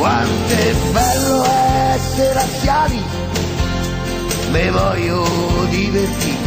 Quanto è bello essere laziali, me voglio divertire,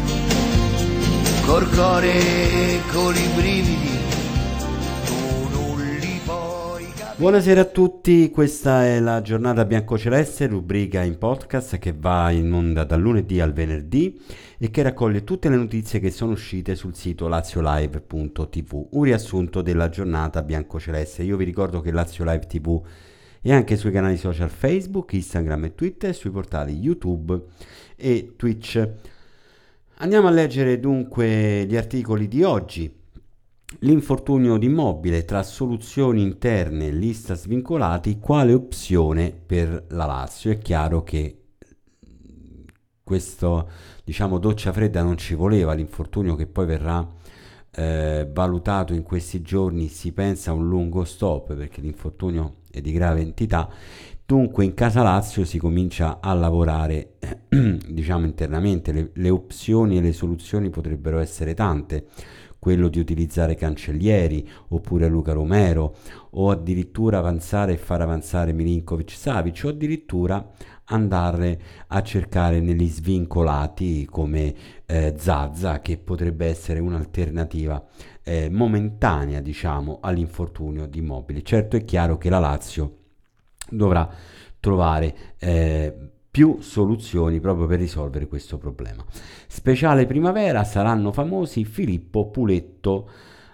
col cuore e con i brividi, tu non li puoi capire. Buonasera a tutti, questa è la giornata biancoceleste, rubrica in podcast che va in onda dal lunedì al venerdì e che raccoglie tutte le notizie che sono uscite sul sito laziolive.tv, un riassunto della giornata biancoceleste. Io vi ricordo che Lazio Live TV è anche sui canali social Facebook, Instagram e Twitter, sui portali YouTube e Twitch. Andiamo a leggere dunque gli articoli di oggi. L'infortunio di Immobile, tra soluzioni interne e lista svincolati, quale opzione per la Lazio? È chiaro che questo, doccia fredda non ci voleva. L'infortunio che poi verrà valutato in questi giorni, si pensa a un lungo stop perché l'infortunio è di grave entità. Dunque in casa Lazio si comincia a lavorare internamente. Le opzioni e le soluzioni potrebbero essere tante: quello di utilizzare Cancellieri oppure Luca Romero, o addirittura avanzare e far avanzare Milinkovic-Savic, o addirittura andare a cercare negli svincolati come Zaza, che potrebbe essere un'alternativa momentanea all'infortunio di Immobile. Certo è chiaro che la Lazio dovrà trovare più soluzioni proprio per risolvere questo problema. Speciale primavera, saranno famosi Filippo Puletto,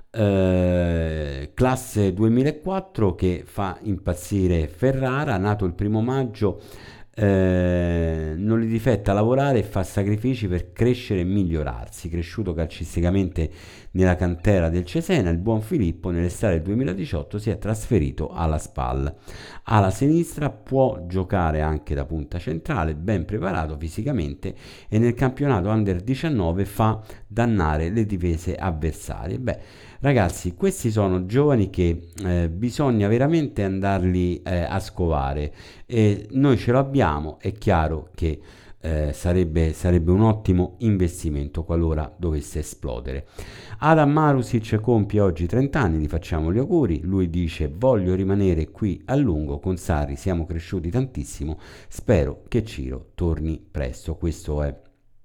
classe 2004, che fa impazzire Ferrara, nato il 1 maggio, non gli difetta lavorare e fa sacrifici per crescere e migliorarsi. Cresciuto calcisticamente nella cantera del Cesena, il buon Filippo nell'estate del 2018 si è trasferito alla SPAL. Alla sinistra può giocare anche da punta centrale, ben preparato fisicamente, e nel campionato Under 19 fa dannare le difese avversarie. Ragazzi, questi sono giovani che bisogna veramente andarli a scovare, e noi ce l'abbiamo. È chiaro che sarebbe un ottimo investimento qualora dovesse esplodere. Adam Marusic compie oggi 30 anni, gli facciamo gli auguri. Lui dice: voglio rimanere qui a lungo, con Sarri siamo cresciuti tantissimo, spero che Ciro torni presto. Questo è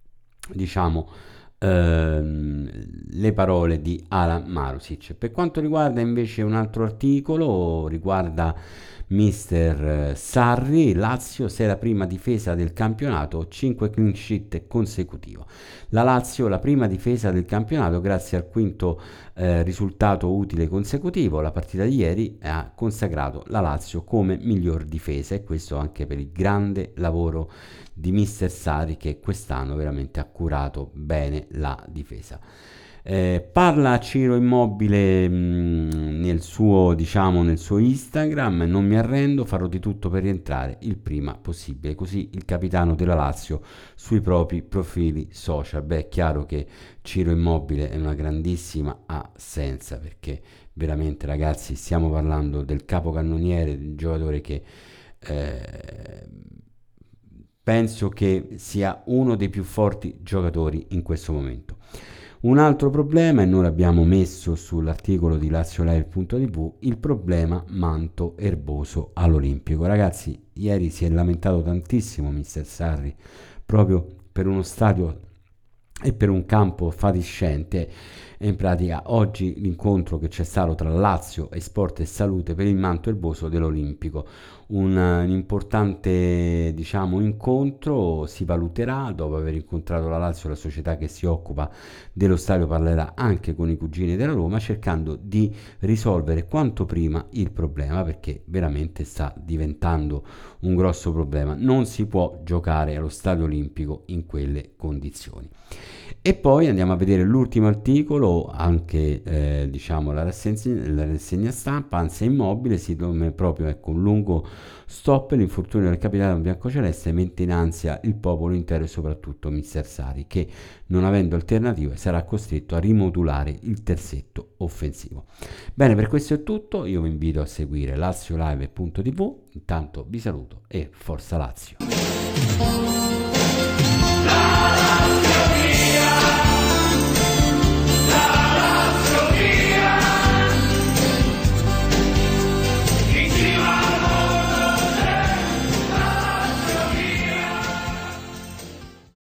le parole di Adam Marusic. Per quanto riguarda invece un altro articolo, riguarda Mister Sarri. Lazio, sei la prima difesa del campionato, 5 clean sheet consecutivo. La Lazio, la prima difesa del campionato grazie al quinto risultato utile consecutivo. La partita di ieri ha consacrato la Lazio come miglior difesa, e questo anche per il grande lavoro di Mister Sarri, che quest'anno veramente ha curato bene la difesa. Parla Ciro Immobile nel suo Instagram: non mi arrendo, farò di tutto per rientrare il prima possibile. Così il capitano della Lazio sui propri profili social. È chiaro che Ciro Immobile è una grandissima assenza, perché veramente, ragazzi, stiamo parlando del capocannoniere, del giocatore che penso che sia uno dei più forti giocatori in questo momento. Un altro problema, e noi l'abbiamo messo sull'articolo di laziolive.tv, il problema manto erboso all'Olimpico. Ragazzi, ieri si è lamentato tantissimo Mister Sarri proprio per uno stadio e per un campo fatiscente. E in pratica oggi l'incontro che c'è stato tra Lazio e Sport e Salute per il manto erboso dell'Olimpico, un importante incontro. Si valuterà, dopo aver incontrato la Lazio, la società che si occupa dello stadio parlerà anche con i cugini della Roma, cercando di risolvere quanto prima il problema, perché veramente sta diventando un grosso problema. Non si può giocare allo stadio olimpico in quelle condizioni. E poi andiamo a vedere l'ultimo articolo, anche la rassegna stampa. Anzi, Immobile si dome proprio un lungo stop, l'infortunio del capitano biancoceleste mette in ansia il popolo intero e soprattutto Mister Sarri, che non avendo alternative sarà costretto a rimodulare il terzetto offensivo. Bene, per questo è tutto, io vi invito a seguire laziolive.tv. Intanto vi saluto e forza Lazio.